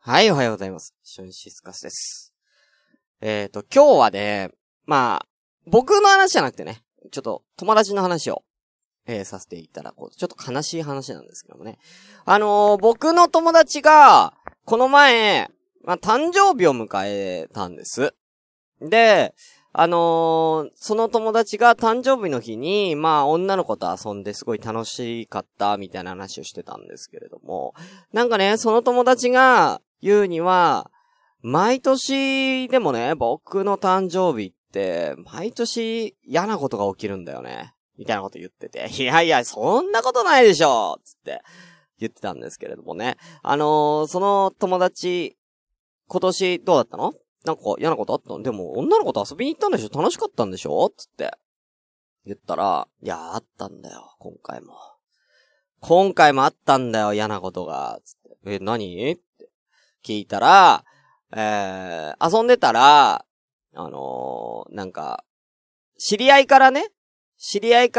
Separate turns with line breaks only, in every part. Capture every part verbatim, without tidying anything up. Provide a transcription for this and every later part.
はい、おはようございます。シュンシスカスです。えっと、今日はね、まあ、僕の話じゃなくてね、ちょっと友達の話を、えー、させていただこう。ちょっと悲しい話なんですけどもね。あのー、僕の友達が、この前、まあ、誕生日を迎えたんです。で、あのー、その友達が誕生日の日に、まあ、女の子と遊んですごい楽しかった、みたいな話をしてたんですけれども、なんかね、その友達が言うには、毎年でもね、僕の誕生日って、毎年嫌なことが起きるんだよね。みたいなこと言ってて、いやいや、そんなことないでしょつって言ってたんですけれどもね。あのー、その友達、今年どうだったの？なんか嫌なことあったの？でも女の子と遊びに行ったんでしょ？楽しかったんでしょ？つって言ったら、いや、あったんだよ、今回も。今回もあったんだよ、嫌なことが。つって、え、何？って聞いたら、えー、遊んでたら、あのー、なんか、知り合いからね、知り合いから、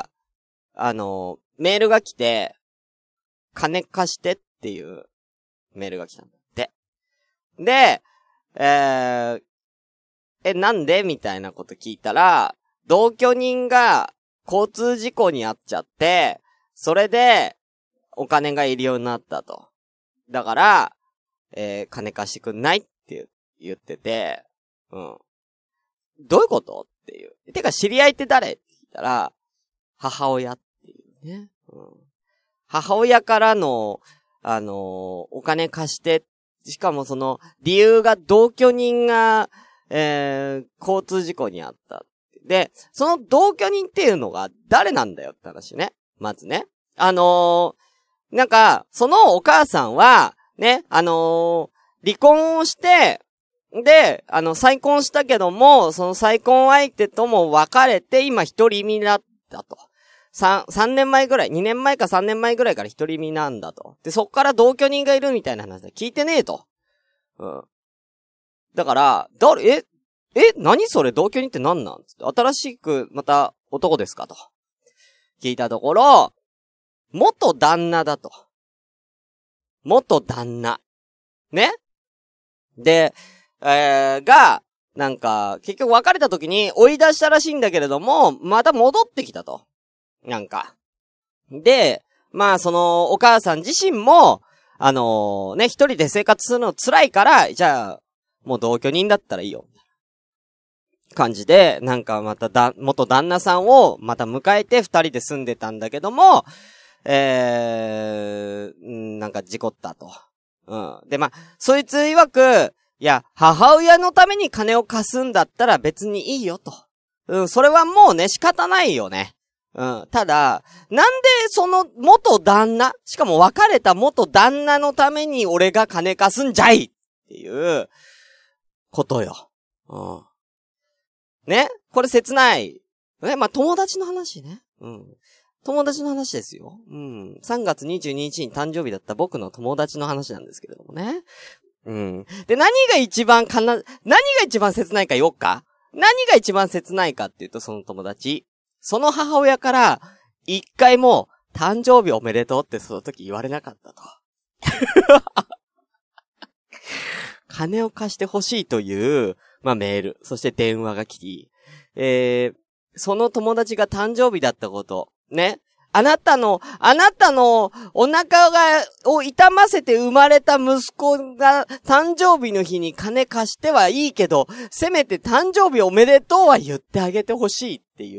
あのー、メールが来て、金貸してっていうメールが来たんだって。で、えー、え、なんでみたいなこと聞いたら、同居人が交通事故に遭っちゃって、それで、お金がいるようになったと。だから、えー、金貸してくんないって言ってて、うん。どういうことっていう。てか、知り合いって誰って聞いたら、母親っていうね。うん、母親からの、あのー、お金貸して、しかもその、理由が同居人が、えー、交通事故にあった。で、その同居人っていうのが誰なんだよって話ね。まずね。あのー、なんか、そのお母さんは、ね、あのー、離婚をして、で、あの、再婚したけども、その再婚相手とも別れて、今一人身だったと。三、三年前ぐらい、二年前か三年前ぐらいから一人身なんだと。で、そっから同居人がいるみたいな話で聞いてねえと。うん。だから、誰、え、え、何それ同居人って何なんつって、新しくまた男ですかと。聞いたところ、元旦那だと。元旦那。ね？で、えー、が、なんか、結局別れた時に追い出したらしいんだけれども、また戻ってきたと。なんか。で、まあその、お母さん自身も、あのー、ね、一人で生活するの辛いから、じゃあ、もう同居人だったらいいよ。感じで、なんかまただ、元旦那さんをまた迎えて二人で住んでたんだけども、えー、なんか事故ったと。うん。で、まあ、そいつ曰く、いや、母親のために金を貸すんだったら別にいいよと。うん、それはもうね、仕方ないよね。うん。ただ、なんでその元旦那、しかも別れた元旦那のために俺が金貸すんじゃいっていうことよ。うん。ね？これ切ない。ね？まあ、友達の話ね。うん。友達の話ですよ。うん。さんがつにじゅうににちに誕生日だった僕の友達の話なんですけれどもね。うん。で、何が一番かな、何が一番切ないか言おうか？何が一番切ないかっていうと、その友達。その母親から、一回も、誕生日おめでとうってその時言われなかったと。金を貸してほしいという、まあ、メール、そして電話が来て、えー、その友達が誕生日だったこと、ね。あなたの、あなたのお腹が、を痛ませて生まれた息子が誕生日の日に金貸してはいいけど、せめて誕生日おめでとうは言ってあげてほしいっていう、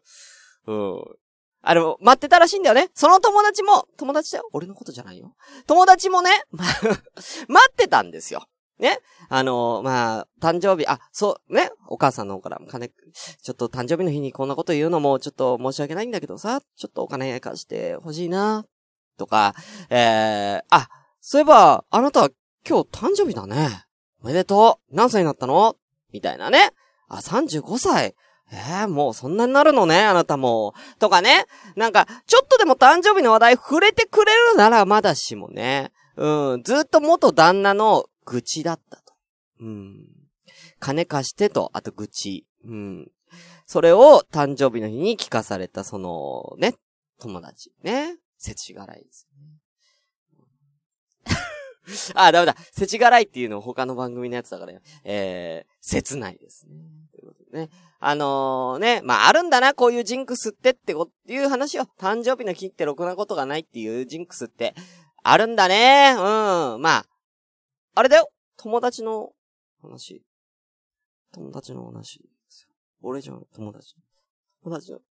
うん。あの、待ってたらしいんだよね。その友達も、友達だよ。俺のことじゃないよ。友達もね、待ってたんですよ。ね。あのー、まあ、誕生日、あ、そう、ね。お母さんの方から、金、ちょっと誕生日の日にこんなこと言うのもちょっと申し訳ないんだけどさ、ちょっとお金貸してほしいな、とか、えー、あ、そういえば、あなたは今日誕生日だね。おめでとう。何歳になったの？みたいなね。あ、さんじゅうごさい。えー、もうそんなになるのね、あなたも。とかね。なんか、ちょっとでも誕生日の話題触れてくれるならまだしもね。うん、ずっと元旦那の愚痴だったと。うん。金貸してと、あと愚痴。うん。それを誕生日の日に聞かされたその、ね、友達。ね。世知辛いですね。 あ、ダメだ。せちがらいっていうの他の番組のやつだからよ。えー、切ないですね。ということでね。あのー、ね、まあ、あるんだな、こういうジンクスってってこ、いう話よ。誕生日の日ってろくなことがないっていうジンクスって、あるんだね。うん。まあ、あれだよ。友達の話。友達の話ですよ。俺じゃん、友達。友達の。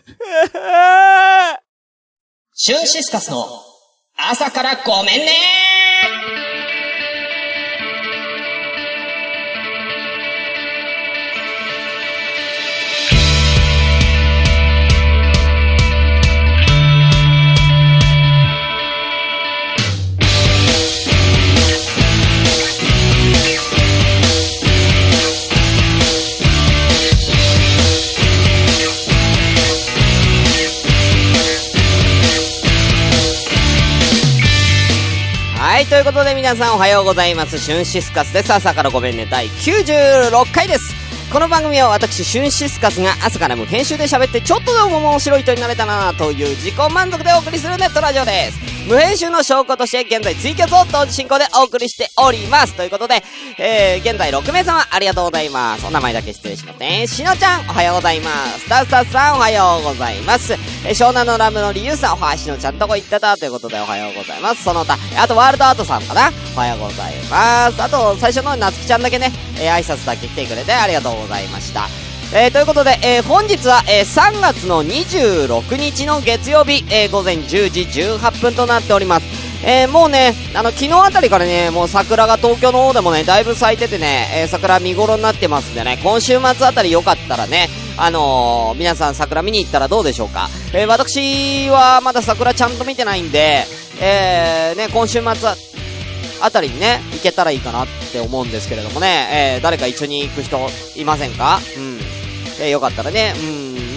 シュンシスカスの朝からごめんね
はい、ということで皆さんおはようございます。シュンシスカスです。朝からごめんね。だいきゅうじゅうろっかいです。この番組は私、シュンシスカスが朝から無編集で喋ってちょっとでも面白い人になれたなという自己満足でお送りするネットラジオです。無編集の証拠として現在ツイキャスを同時進行でお送りしております。ということで、えー、現在ろくめいさまありがとうございます。お名前だけ失礼しますね。しのちゃんおはようございます。ダスタスさんおはようございます。えー、湘南のラムのリユウさんおはしのちゃんとこ行ってたということでおはようございます。その他、あとワールドアートさんかなおはようございます。あと最初のなつきちゃんだけね、えー、挨拶だけ来てくれてありがとうございました。えー、ということで、えー、本日は、えー、さんがつのにじゅうろくにちの月曜日、えー、午前じゅうじじゅうはっぷんとなっております。えー、もうね、あの、昨日あたりからね、もう桜が東京の方でもね、だいぶ咲いててね、えー、桜見頃になってますんでね、今週末あたりよかったらね、あのー、皆さん桜見に行ったらどうでしょうか。えー、私はまだ桜ちゃんと見てないんで、えー、ね、今週末あたりにね、行けたらいいかなって思うんですけれどもね、えー、誰か一緒に行く人いませんか？うん。えー、よかったらね、うん、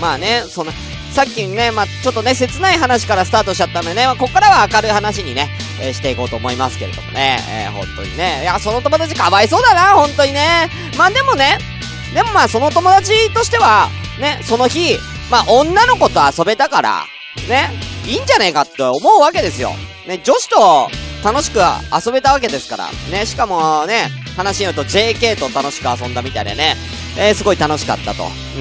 まあね、そんな、さっきね、まあちょっとね、切ない話からスタートしちゃったんでね、まあ、ここからは明るい話にね、えー、していこうと思いますけれどもね、えー、本当にね、いや、その友達かわいそうだな、本当にね。まあでもね、でもまあその友達としては、ね、その日、まあ女の子と遊べたから、ね、いいんじゃねえかって思うわけですよ。ね、女子と楽しく遊べたわけですから、ね、しかもね、話によると ジェーケー と楽しく遊んだみたいでね、えー、すごい楽しかったと、うん、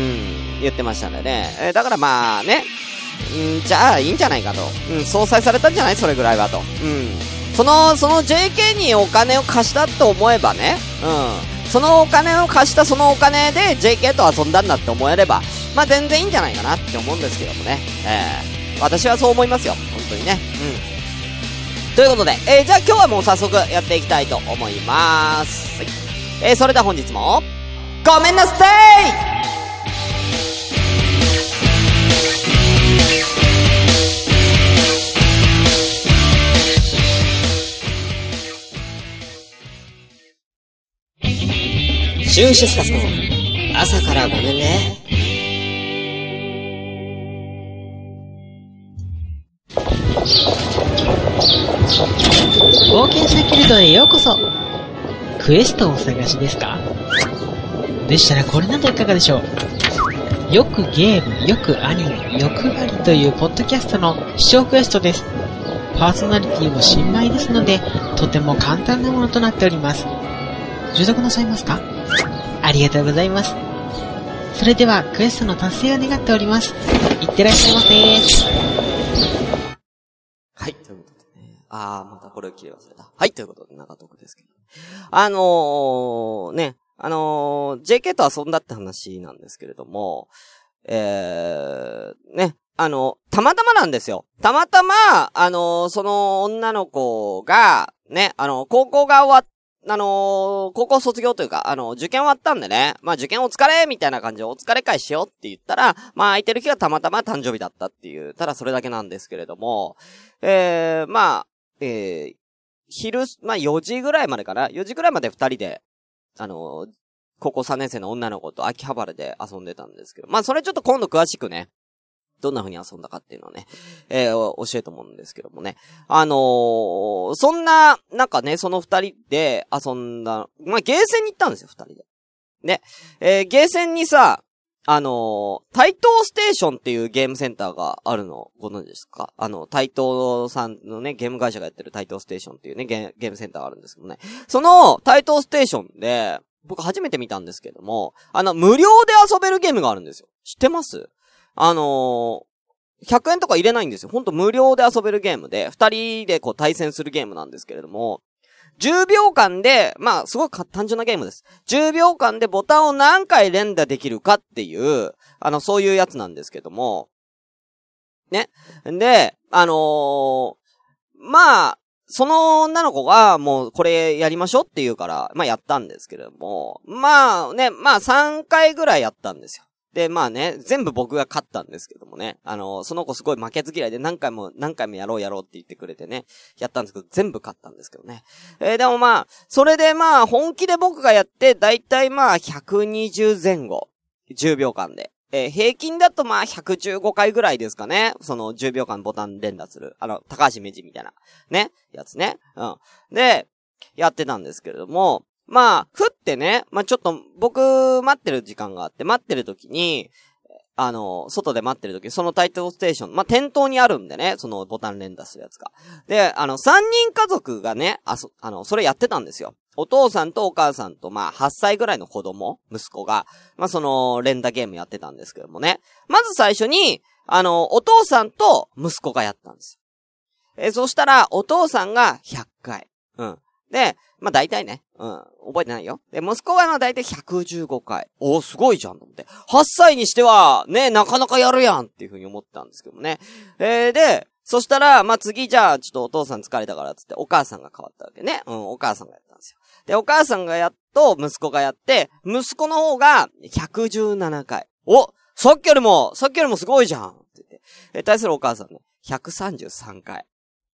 言ってましたんでね、えー、だからまあね、うん、じゃあいいんじゃないかと、うん、相殺されたんじゃないそれぐらいはと、うん、その、その ジェーケー にお金を貸したと思えばね、うん、そのお金を貸したそのお金で ジェーケー と遊んだんだって思えれば、まあ全然いいんじゃないかなって思うんですけどもね、えー、私はそう思いますよ、本当にね、うん。ということで、えー、じゃあ今日はもう早速やっていきたいと思います。はい、えー、それでは本日も、ごめんなさい。
シュンシスカスの朝からごめんね。
冒険者キルドへようこそ。クエストをお探しですか？でしたらこれなどいかがでしょう。よくゲーム、よくアニメ、欲張りというポッドキャストの視聴クエストです。パーソナリティも新米ですので、とても簡単なものとなっております。受読なさいますか？ありがとうございます。それではクエストの達成を願っております。いってらっしゃいませ。
はい、ということでね。あー、またこれを切り忘れた。はい、ということで長徳ですけど。あのー、ね、あのー、ジェーケー と遊んだって話なんですけれども、えー、ね、あの、たまたまなんですよ。たまたま、あのー、その女の子が、ね、あの、高校が終わっあのー、高校卒業というか、あの、受験終わったんでね、まあ受験お疲れみたいな感じでお疲れ会しようって言ったら、まあ空いてる日がたまたま誕生日だったっていう、ただそれだけなんですけれども、えー、まあ、えー、昼、まあよじぐらいまでかな ?よ 時ぐらいまで二人で、あのー、高校さんねん生の女の子と秋葉原で遊んでたんですけど、まあそれちょっと今度詳しくね、どんな風に遊んだかっていうのをね、えー、教えてもらうんですけどもね。あのー、そんな、なんかね、その二人で遊んだ、まあ、ゲーセンに行ったんですよ、二人で。ね。えー、ゲーセンにさ、 あのー、台東ステーションっていうゲームセンターがあるのご存知ですか？あの、台東さんのね、ゲーム会社がやってる台東ステーションっていうね、ゲ、ゲームセンターがあるんですけどね。その台東ステーションで、僕初めて見たんですけども、あの、無料で遊べるゲームがあるんですよ。知ってます？あのー、ひゃくえんとか入れないんですよ。ほんと無料で遊べるゲームで、二人でこう対戦するゲームなんですけれども、じゅうびょうかんで、まあ、すごく単純なゲームです。じゅうびょうかんでボタンを何回連打できるかっていう、あの、そういうやつなんですけども、ね。で、あのー、まあ、その女の子がもうこれやりましょうって言うから、まあやったんですけれども、まあね、まあさんかいぐらいやったんですよ。で、まあね、全部僕が勝ったんですけどもね、あの、その子すごい負けず嫌いで何回も何回もやろうやろうって言ってくれてね、やったんですけど、全部勝ったんですけどね。えー、でもまあ、それでまあ、本気で僕がやって、だいたいまあ、ひゃくにじゅうぜん後、じゅうびょうかんで。えー、平均だとまあ、ひゃくじゅうごかいぐらいですかね。その、じゅうびょうかんボタン連打する。あの、高橋名人みたいな、ね、やつね。うん。で、やってたんですけれども、まあ、ふってね、まあちょっと、僕、待ってる時間があって、待ってる時に、あの、外で待ってる時、その台東ステーション、まあ、店頭にあるんでね、そのボタン連打するやつが。で、あの、三人家族がね、あそ、あの、それやってたんですよ。お父さんとお母さんと、まあ、はっさいぐらいの子供、息子が、まあ、その、連打ゲームやってたんですけどもね。まず最初に、あの、お父さんと息子がやったんですよ。え、そしたら、お父さんがひゃっかい。うん。で、まあ、大体ね、うん、覚えてないよ。で、息子がまあ大体ひゃくじゅうごかい。おー、すごいじゃんと思って。はっさいにしては、ね、なかなかやるやんっていう風に思ったんですけどもね。えー、で、そしたら、まあ、次、じゃあ、ちょっとお父さん疲れたからつって、お母さんが変わったわけね。うん、お母さんがやったんですよ。で、お母さんがやっと、息子がやって、息子の方がひゃくじゅうななかい。お、さっきよりも、さっきよりもすごいじゃんって言って。え、対するお母さんね、ひゃくさんじゅうさんかい。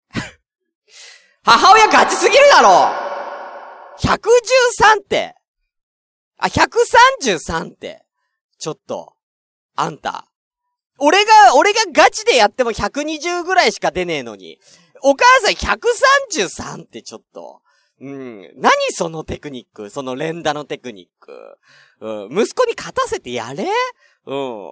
母親ガチすぎるだろひゃくじゅうさんって。あ、ひゃくさんじゅうさんって。ちょっと。あんた。俺が、俺がガチでやってもひゃくにじゅうぐらいしか出ねえのに。お母さんひゃくさんじゅうさんってちょっと。うん。何そのテクニック？その連打のテクニック。うん。息子に勝たせてやれ？うん。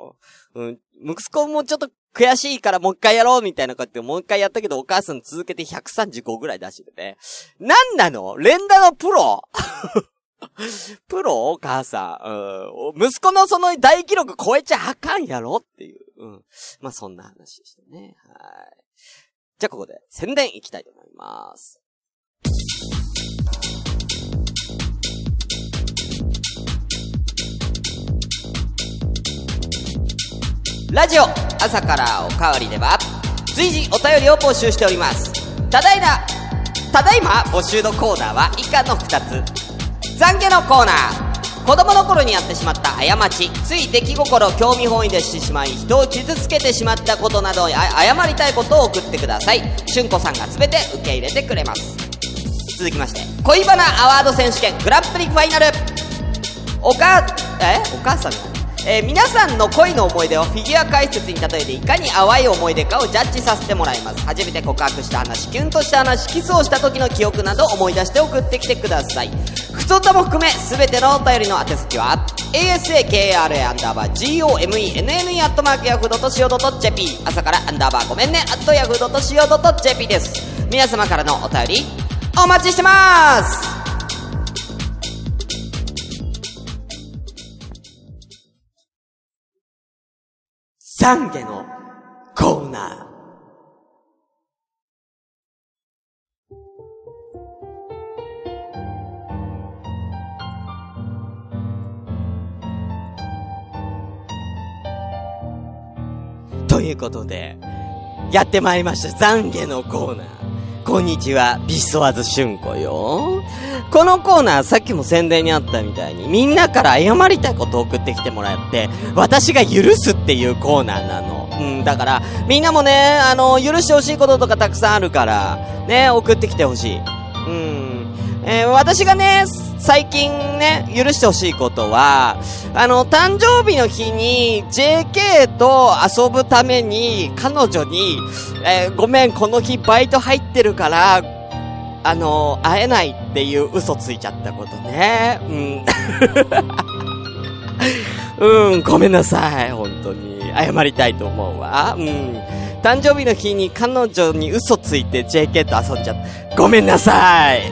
うん。息子もちょっと悔しいからもう一回やろうみたいなことってもう一回やったけどお母さん続けてひゃくさんじゅうごぐらい出してね。なんなの？連打のプロプロお母さん。うん。息子のその大記録超えちゃあかんやろっていう。うん。まあ、そんな話でしたね。はい。じゃあここで宣伝いきたいと思います。ラジオ朝からおかわりでは随時お便りを募集しております。ただいまただいま募集のコーナーは以下のふたつ。懺悔のコーナー、子供の頃にやってしまった過ち、つい出来心興味本位でしてしまい人を傷つけてしまったことなど謝りたいことを送ってください。しゅんこさんがすべて受け入れてくれます。続きまして、恋バナアワード選手権グランプリファイナル。おかえお母さんえー、皆さんの恋の思い出をフィギュア解説に例えていかに淡い思い出かをジャッジさせてもらいます。初めて告白した話、キュンとした話、キスをした時の記憶など思い出して送ってきてください。ふつおたも含め全てのお便りの宛先は エーエスエーケーアールエー アンダーバー ジーオーエムイーエヌエヌイー アットマークヤフードットシーオードットジェーピー、朝からアンダーバーごめんねアットヤフードットシーオードットジェーピーです。皆様からのお便りお待ちしてます。懺悔のコーナーということでやってまいりました懺悔のコーナー。こんにちは、ビシソワズシュンコよ。このコーナー、さっきも宣伝にあったみたいにみんなから謝りたいことを送ってきてもらって私が許すっていうコーナーなの。うん、だからみんなもね、あの許してほしいこととかたくさんあるからね、送ってきてほしい。うん、えー、私がね最近ね許してほしいことは、あの誕生日の日に ジェーケー と遊ぶために彼女に、えー、ごめんこの日バイト入ってるからあの会えないっていう嘘ついちゃったことね。うんうん、ごめんなさい。本当に。謝りたいと思うわ。うん。誕生日の日に彼女に嘘ついて ジェーケー と遊んじゃった。ごめんなさい。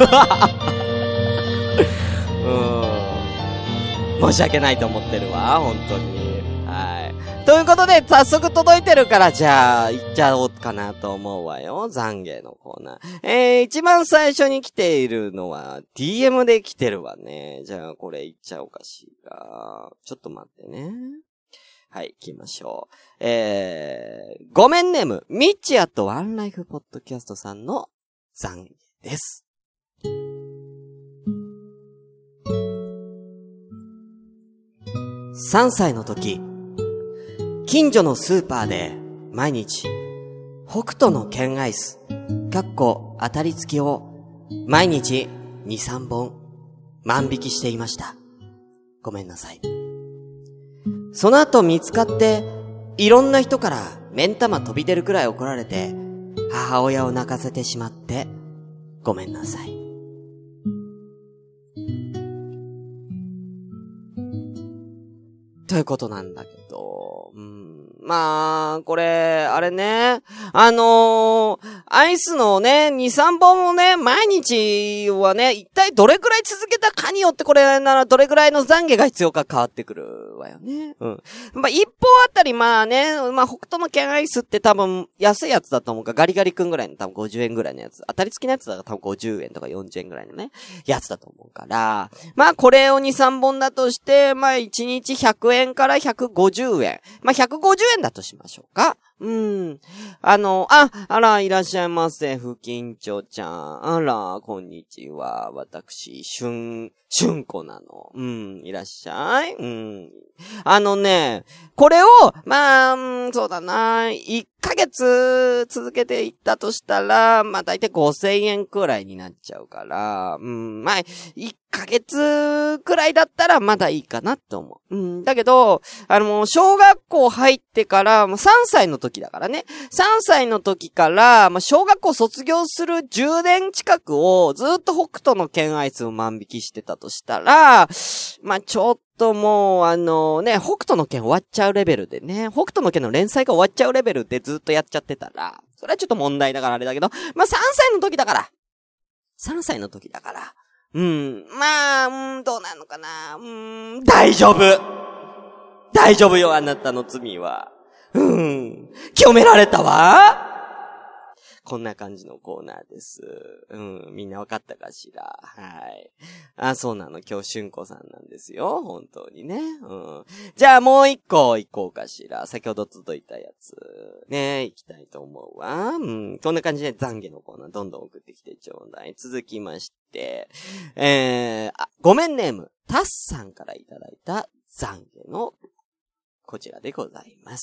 うん。申し訳ないと思ってるわ。本当に。はい。ということで、早速届いてるから、じゃあ、行っちゃおうかなと思うわよ。懺悔のコーナー。えー、一番最初に来ているのは、ディーエム で来てるわね。じゃあ、これ行っちゃおうかしら。ちょっと待ってね。はい、行きましょう。えー、ごめんネーム、ミッチアとワンライフポッドキャストさんの懺悔です。さんさいの時、近所のスーパーで毎日、北斗の剣アイス、かっこ当たり付きを毎日に、さんぼん万引きしていました。ごめんなさい。その後見つかって、いろんな人から目ん玉飛び出るくらい怒られて、母親を泣かせてしまって、ごめんなさい。ということなんだけど、うん、まあ、これ、あれね、あのー、アイスのね、に、さんぼんをね、毎日はね、一体どれくらい続けたかによってこれならどれくらいの懺悔が必要か変わってくるわよね。うん。まあ、一本あたりまあね、まあ、北斗の剣アイスって多分安いやつだと思うから、ガリガリ君ぐらいの多分ごじゅうえんぐらいのやつ、当たり付きのやつだから多分ごじゅうえんとかよんじゅうえんぐらいのね、やつだと思うから、まあ、これをに、さんぼんだとして、まあ、いちにちひゃくえんからひゃくごじゅうえん。まあ、ひゃくごじゅうえんだとしましょうか。うん。あの、あ、あら、いらっしゃいませ、ふきんちょちゃん。あら、こんにちは。私、しゅん、しゅんこなの。うん、いらっしゃい。うん。あのね、これを、まあ、うん、そうだな、いっかげつ続けていったとしたら、まあ、だいたいごせんえんくらいになっちゃうから、うん、まあ、いっかげつくらいだったらまだいいかなって思う。うん、だけど、あの、小学校入ってから、もうさんさいの時だからね。さんさいの時から、まあ、小学校卒業するじゅうねん近くをずっと北斗の剣アイスを万引きしてたとしたら、まあ、ちょっともう、あのね、北斗の剣終わっちゃうレベルでね、北斗の剣の連載が終わっちゃうレベルでずっとやっちゃってたら、それはちょっと問題だからあれだけど、まあ、さんさいの時だから。さんさいの時だから。うん。まあ、うん、どうなのかな。うん、大丈夫。大丈夫よ、あなたの罪は。うん。清められたわ。こんな感じのコーナーです。うん。みんなわかったかしら。はい。あ、そうなの。今日、しゅんこさんなんですよ。本当にね。うん。じゃあ、もう一個行こうかしら。先ほど届いたやつ。ね、行きたいと思うわ。うん。こんな感じで懺悔のコーナーどんどん送ってきてちょうだい。続きまして、えー、あ、ごめんネーム、タッさんからいただいた懺悔のこちらでございます。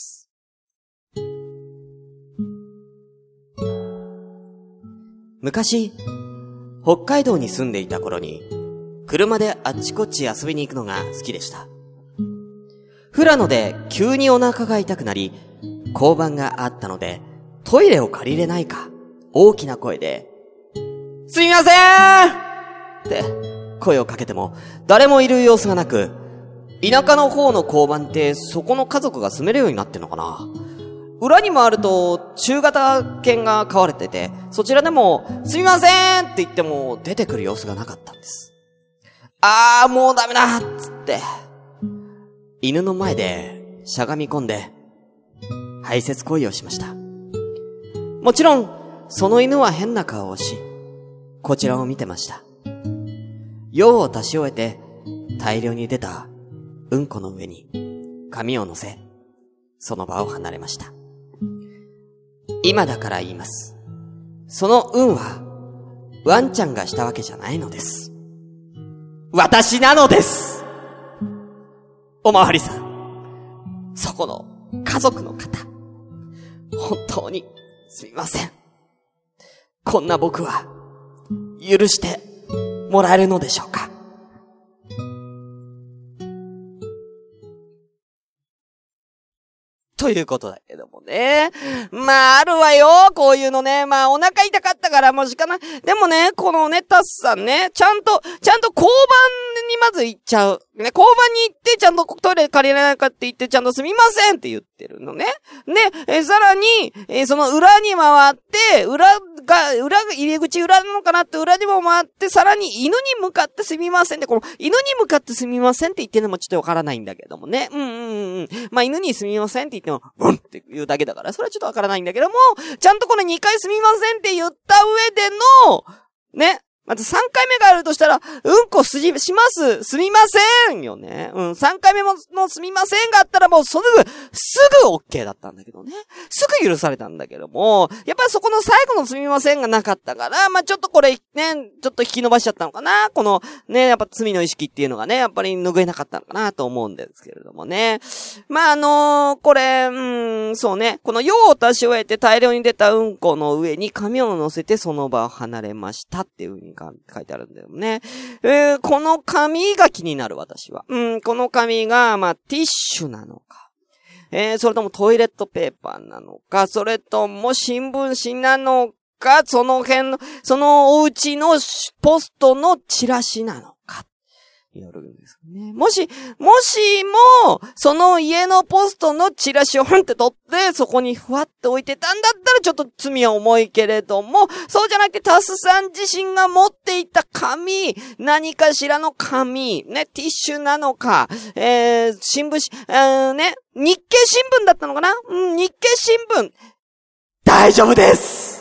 昔、北海道に住んでいた頃に、車であっちこっち遊びに行くのが好きでした。富良野で急にお腹が痛くなり、交番があったので、トイレを借りれないか、大きな声で、すみませんって声をかけても、誰もいる様子がなく、田舎の方の交番ってそこの家族が住めるようになってんのかな。裏にもあると中型犬が飼われてて、そちらでもすみませんって言っても出てくる様子がなかったんです。あーもうダメだっつって犬の前でしゃがみ込んで排泄行為をしました。もちろんその犬は変な顔をし、こちらを見てました。用を足し終えて大量に出たうんこの上に紙を乗せ、その場を離れました。今だから言います。その運はワンちゃんがしたわけじゃないのです。私なのです。おまわりさん、そこの家族の方、本当にすみません。こんな僕は許してもらえるのでしょうか。ということだけどもね。まあ、あるわよ。こういうのね。まあ、お腹痛かったからもうしかない。でもね、このね、タスさんね、ちゃんと、ちゃんと交にまず行っちゃう。ね、交番に行って、ちゃんとトイレ借りれないかって言って、ちゃんとすみませんって言ってるのね。で、え、さらに、えー、その裏に回って、裏が、裏が、入り口裏なのかなって裏にも回って、さらに犬に向かってすみませんって、この犬に向かってすみませんって言ってるのもちょっとわからないんだけどもね。うんうんうん。まあ、犬にすみませんって言っても、ブンって言うだけだから、それはちょっとわからないんだけども、ちゃんとこのにかいすみませんって言った上での、ね。またさんかいめがあるとしたら、うんこすじ、します、すみませんよね。うん、さんかいめものすみませんがあったらもうすぐ、すぐ OK だったんだけどね。すぐ許されたんだけども、やっぱりそこの最後のすみませんがなかったから、まあ、ちょっとこれね、ちょっと引き伸ばしちゃったのかな。このね、やっぱ罪の意識っていうのがね、やっぱり拭えなかったのかなと思うんですけれどもね。まあ、あのー、これ、うーん、そうね、この用を足し終えて大量に出たうんこの上に紙を乗せてその場を離れましたっていう風に書いてあるんだよね。えー、この紙が気になる私は。うん、この紙が、まあ、ティッシュなのか。えー、それともトイレットペーパーなのか、それとも新聞紙なのか、その辺の、そのお家のポストのチラシなのか。やるんですね。もし、もしも、その家のポストのチラシをふんって取って、そこにふわって置いてたんだったらちょっと罪は重いけれども、そうじゃなくてタスさん自身が持っていた紙、何かしらの紙、ね、ティッシュなのか、えー、新聞紙、えー、ね、日経新聞だったのかな？うん、日経新聞。大丈夫です！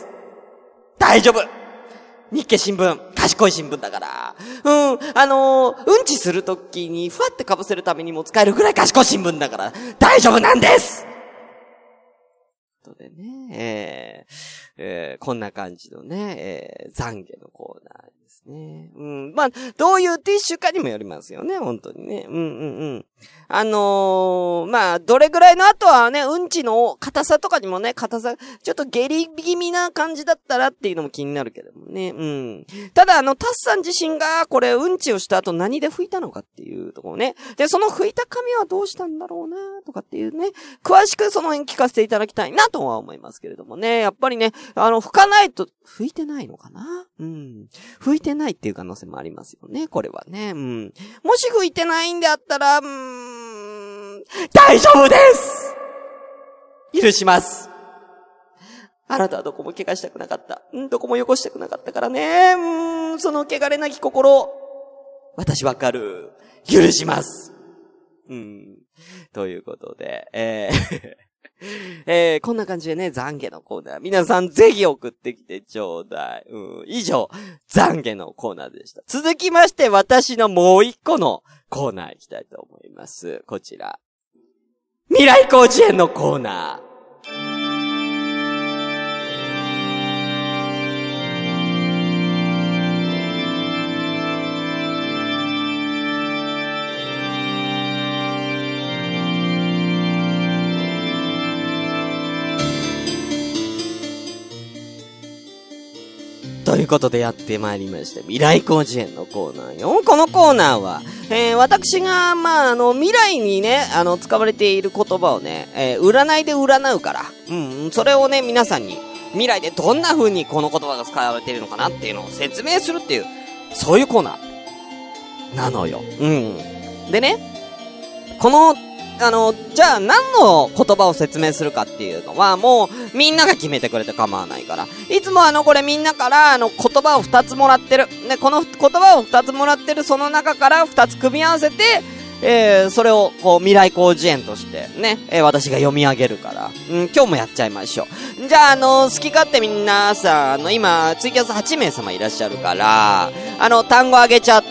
大丈夫！日経新聞、賢い新聞だから。うん、あのー、うんちするときにふわってかぶせるためにも使えるぐらい賢い新聞だから、大丈夫なんです！とでね、えーえー、こんな感じのね、えー、懺悔のコーナーですね。うん、まあ、どういうティッシュかにもよりますよね、本当にね。うんうんうん。あのー、まあ、どれぐらいの後はね、うんちの硬さとかにもね、硬さ、ちょっと下痢気味な感じだったらっていうのも気になるけどもね。うん。ただ、あの、タスさん自身が、これ、うんちをした後何で拭いたのかっていうところね。で、その拭いた紙はどうしたんだろうなとかっていうね。詳しくその辺聞かせていただきたいなとは思いますけれどもね。やっぱりね、あの、拭かないと、拭いてないのかな？うん。拭いてないっていう可能性もありますよね、これはね。うん。もし拭いてないんであったら、うーん、大丈夫です！許します。あなたはどこも怪我したくなかった。うん、どこも汚したくなかったからね。うーん、その汚れなき心、私わかる。許します。うん。ということで、えー、えー、こんな感じでね、懺悔のコーナー。皆さんぜひ送ってきてちょうだい。うん。以上、懺悔のコーナーでした。続きまして、私のもう一個のコーナー行きたいと思います。こちら。未来広辞苑のコーナー。ということでやってまいりました。未来広辞苑のコーナーよ。このコーナーは、えー、私が、まあ、あの、未来にね、あの、使われている言葉をね、えー、占いで占うから、うん、それをね、皆さんに、未来でどんな風にこの言葉が使われているのかなっていうのを説明するっていう、そういうコーナー、なのよ。うん。でね、この、あの、じゃあ何の言葉を説明するかっていうのはもうみんなが決めてくれて構わないから。いつもあのこれみんなからあの言葉を二つもらってる。ね、この言葉を二つもらってるその中から二つ組み合わせて、えー、それをこう未来広辞苑としてね、えー、私が読み上げるから。うん、今日もやっちゃいましょう。じゃああの、好き勝手みんなさ、あの今、ツイキャスはちめいさまいらっしゃるから、あの単語あげちゃって、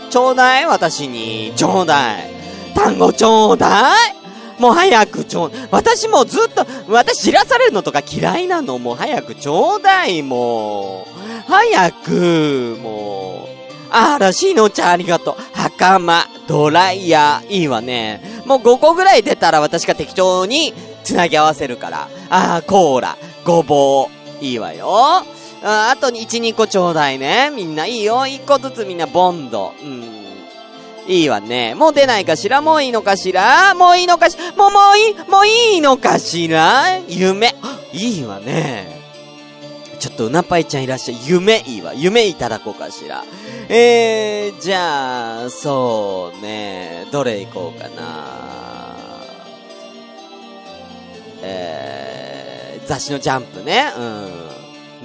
ちょうだい私に、ちょうだい。単語ちょうだいもう早くちょう、私もうずっと、私知らされるのとか嫌いなの。もう早くちょうだい、もう。早く、もう。あら、しのちゃんありがとう。袴、ドライヤー、いいわね。もうごこぐらい出たら私が適当につなぎ合わせるから。あー、コーラ、ごぼう、いいわよ。あ, あといち、にこちょうだいね。みんないいよ。いっこずつみんなボンド。うん。いいわね。もう出ないかしら？もういいのかしら？もういいのかしら？もうもういいもういいのかしら？夢。いいわね。 ちょっとうなぱいちゃんいらっしゃい。夢いいわ。夢いただこうかしら。えー、じゃあ、そうね。どれ行こうかな。えー、雑誌のジャンプね。うん。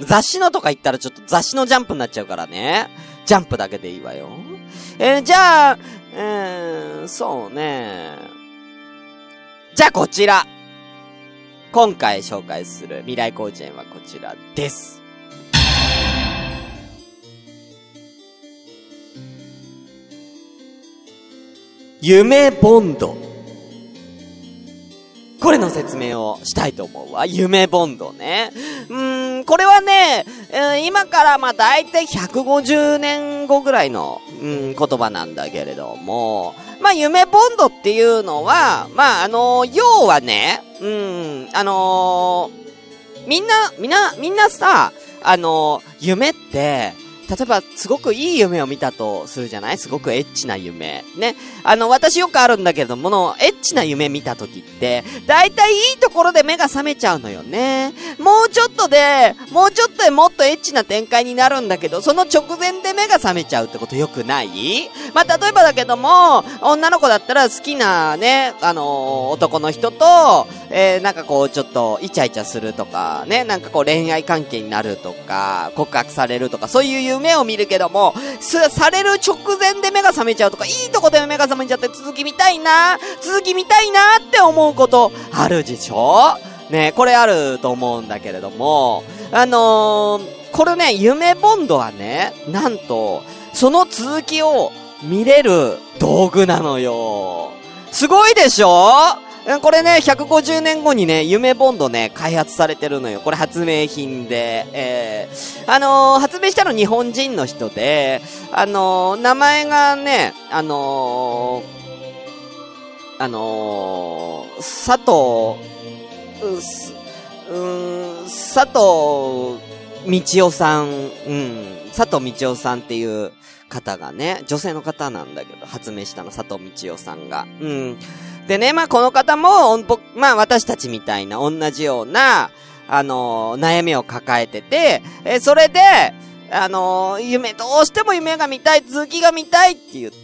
雑誌のとか言ったらちょっと雑誌のジャンプになっちゃうからね。ジャンプだけでいいわよ。えー、じゃあ、えー、そうね。じゃあこちら。今回紹介する未来広辞苑はこちらです。夢ボンド。これの説明をしたいと思うわ。夢ボンドね。うーん、これはね、えー、今からまあ大体ひゃくごじゅうねんごぐらいの、うん、言葉なんだけれども、まあ夢ボンドっていうのは、まああのー、要はね、うん、あのー、みんな、みんな、みんなさ、あのー、夢って、例えば、すごくいい夢を見たとするじゃない？すごくエッチな夢。ね。あの、私よくあるんだけれども、の、エッチな夢見たときって、だいたいいいところで目が覚めちゃうのよね。もうちょっとで、もうちょっとでもっとエッチな展開になるんだけど、その直前で目が覚めちゃうってことよくない？まあ、例えばだけども、女の子だったら好きなね、あのー、男の人と、えー、なんかこう、ちょっと、イチャイチャするとか、ね、なんかこう、恋愛関係になるとか、告白されるとか、そういう夢を見るけども、される直前で目が覚めちゃうとか、いいとこで目が覚めちゃって続き見たいな、続き見たいなって思うことあるでしょ？ね、これあると思うんだけれども、あのー、これね、夢ボンドはね、なんと、その続きを見れる道具なのよ。すごいでしょ？これね、ひゃくごじゅうねんごにね、夢ボンドね、開発されてるのよ。これ発明品で、えー、あのー、発明したの日本人の人で、あのー、名前がね、あのー、あのー、佐藤、うす、うーん、佐藤道夫さん、うん、佐藤道夫さんっていう方がね、女性の方なんだけど、発明したの、佐藤道夫さんが。うん。でね、まあ、この方も、まあ、私たちみたいな、同じような、あのー、悩みを抱えてて、えー、それで、あのー、夢、どうしても夢が見たい、続きが見たいって言って、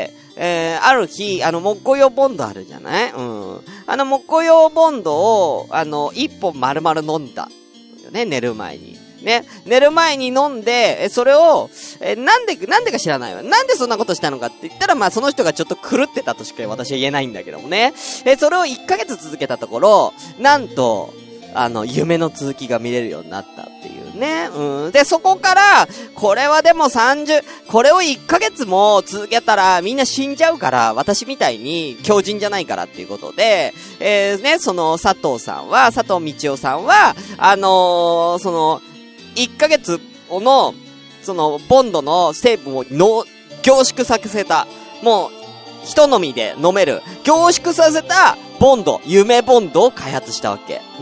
えー、ある日、あの、木工用ボンドあるじゃない？うん。あの、木工用ボンドを、あの、一本丸々飲んだ。よね、寝る前に。ね、寝る前に飲んで、え、それを、え、なんで、なんでか知らないわ。なんでそんなことしたのかって言ったら、まあその人がちょっと狂ってたとしか私は言えないんだけどもね。え、それをいっかげつ続けたところ、なんと、あの、夢の続きが見れるようになったっていうね。うん。で、そこから、これはでもさんじゅう、これをいっかげつも続けたらみんな死んじゃうから、私みたいに強靭じゃないからっていうことで、えー、ね、その佐藤さんは、佐藤道夫さんは、あのー、その、いっかげつの、その、ボンドの成分をの凝縮させた、もう、一飲みで飲める、凝縮させた、ボンド、夢ボンドを開発したわけ。うん。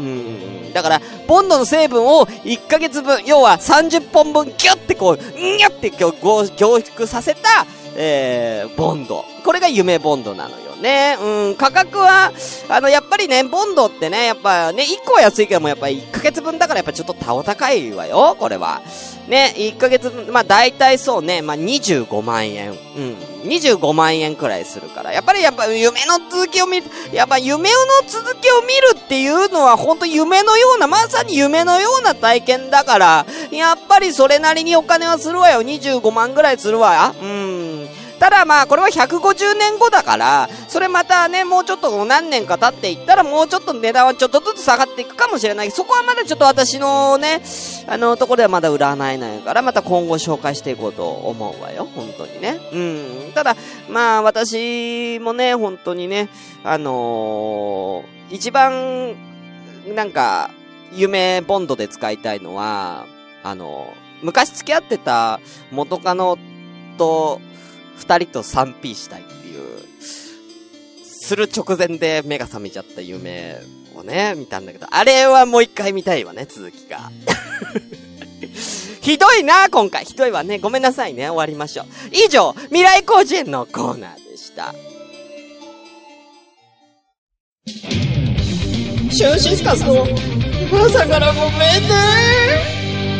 だから、ボンドの成分をいっかげつぶん、要はさんじゅっぽんぶんギュッてこう、ギュッて凝縮させた、えー、ボンド。これが夢ボンドなのよね。うん、価格は、あの、やっぱりね、ボンドってね、やっぱね、いっこは安いけども、やっぱりいっかげつぶんだからやっぱちょっとたお高いわよ、これは。ね、いっかげつぶん、まあ大体そうね、まあにじゅうごまんえん。うん。にじゅうごまんえんくらいするから。やっぱりやっぱ夢の続きを見る、やっぱ夢の続きを見るっていうのは本当夢のような、まさに夢のような体験だから、やっぱりそれなりにお金はするわよ。にじゅうごまんぐらいするわよ。うん。ただまあこれはひゃくごじゅうねんごだから、それまたね、もうちょっと何年か経っていったらもうちょっと値段はちょっとずつ下がっていくかもしれない。そこはまだちょっと私のね、あのところではまだ占えないから、また今後紹介していこうと思うわよ。本当にね。うん。ただ、まあ私もね、本当にね、あのー、一番、なんか、夢ボンドで使いたいのは、あのー、昔付き合ってた元カノと、二人と スリーピー したいっていう、する直前で目が覚めちゃった夢をね、見たんだけど、あれはもう一回見たいわね、続きが。ひどいな、今回。ひどいわね。ごめんなさいね。終わりましょう。以上、未来広辞苑のコーナーでした。
シュンシスカスの朝からごめんね。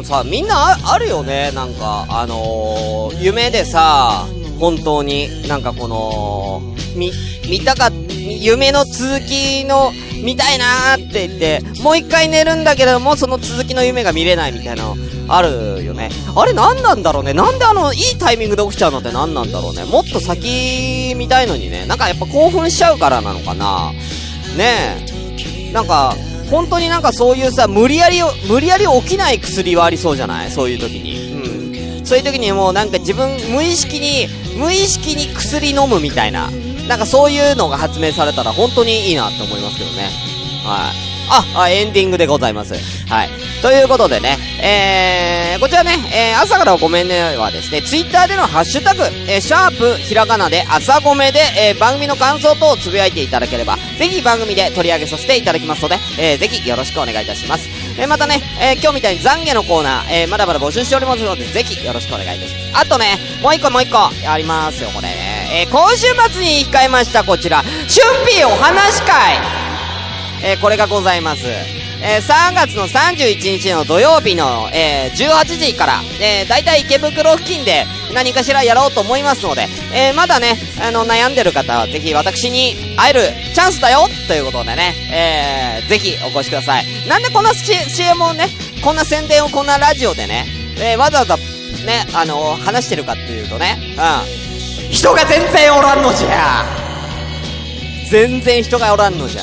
さ、みんな あ, あるよね。なんか、あのー、夢でさ、本当に、なんかこの、み、見たか、夢の続きの、見たいなーって言って、もう一回寝るんだけども、その続きの夢が見れないみたいなの、あるよね。あれ何なんだろうね。なんであの、いいタイミングで起きちゃうのって何なんだろうね。もっと先見たいのにね。なんかやっぱ興奮しちゃうからなのかな。ねえ。なんか、本当になんかそういうさ、無理やり、無理やり起きない薬はありそうじゃない？そういう時に。うん。そういう時にもうなんか自分、無意識に、無意識に薬飲むみたいな。なんかそういうのが発明されたら本当にいいなって思いますけどね。はい。あ、あ、エンディングでございます。はい。ということでね、えー、こちらね、えー、朝からごめんねはですね、ツイッターでのハッシュタグ、えー、シャープ、ひらがなで朝ごめで、えー、番組の感想等をつぶやいていただければ、ぜひ番組で取り上げさせていただきますので、えー、ぜひよろしくお願いいたします。えー、またね、えー、今日みたいに懺悔のコーナー、えー、まだまだ募集しておりますので、ぜひよろしくお願いいたします。あとね、もう一個もう一個、ありますよ、これね。えー、今週末に控えました、こちら、春辟お話し会。えー、これがございます。えー、さんがつのさんじゅういちにちの土曜日の、えー、じゅうはちじから、えー、だいたい池袋付近で何かしらやろうと思いますので、えー、まだね、あの、悩んでる方はぜひ私に会えるチャンスだよということでね、えー、ぜひお越しください。なんでこんな シーエム をね、こんな宣伝をこんなラジオでね、えー、わざわざね、あのー、話してるかっていうとね、うん。人が全然おらんのじゃ全然人がおらんのじゃ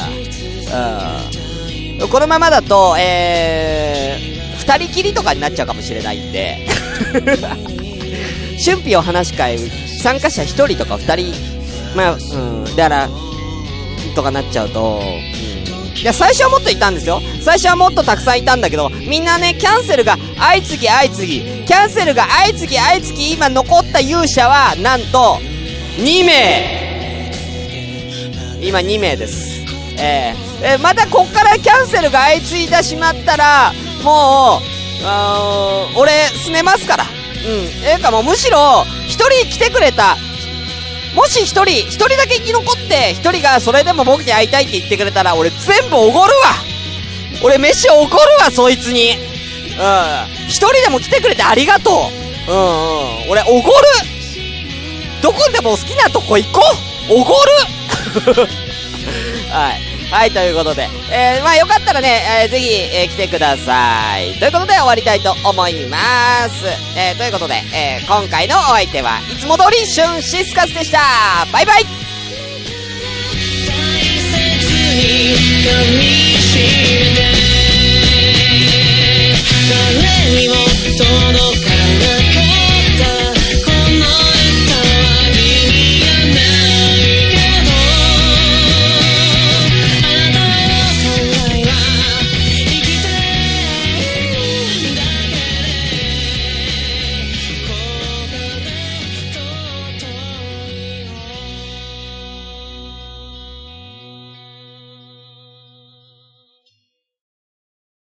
うん。このままだと、えー、二人きりとかになっちゃうかもしれないんで。春辟お話し会、参加者一人とか二人、まあ、うん、だから、とかなっちゃうと、うん。いや、最初はもっといたんですよ。最初はもっとたくさんいたんだけど、みんなね、キャンセルが相次ぎ相次ぎ、キャンセルが相次ぎ相次ぎ、今残った勇者は、なんと、にめい今にめいです。えー、えー、またこっからキャンセルが相次いでしまったら、もう、あー、俺、すねますから。うん。えーかもうむしろ、一人来てくれた、もし一人、一人だけ生き残って、一人がそれでも僕に会いたいって言ってくれたら、俺全部おごるわ俺飯おごるわ、そいつに。うん。一人でも来てくれてありがとう。うんうん。俺おごるどこでも好きなとこ行こうおごるはい。はい、ということで。えー、まあよかったらね、えー、ぜひ、えー、来てください。ということで終わりたいと思います。えー、ということで、えー、今回のお相手はいつも通り、シュンシスカスでした。バイバイ。大切に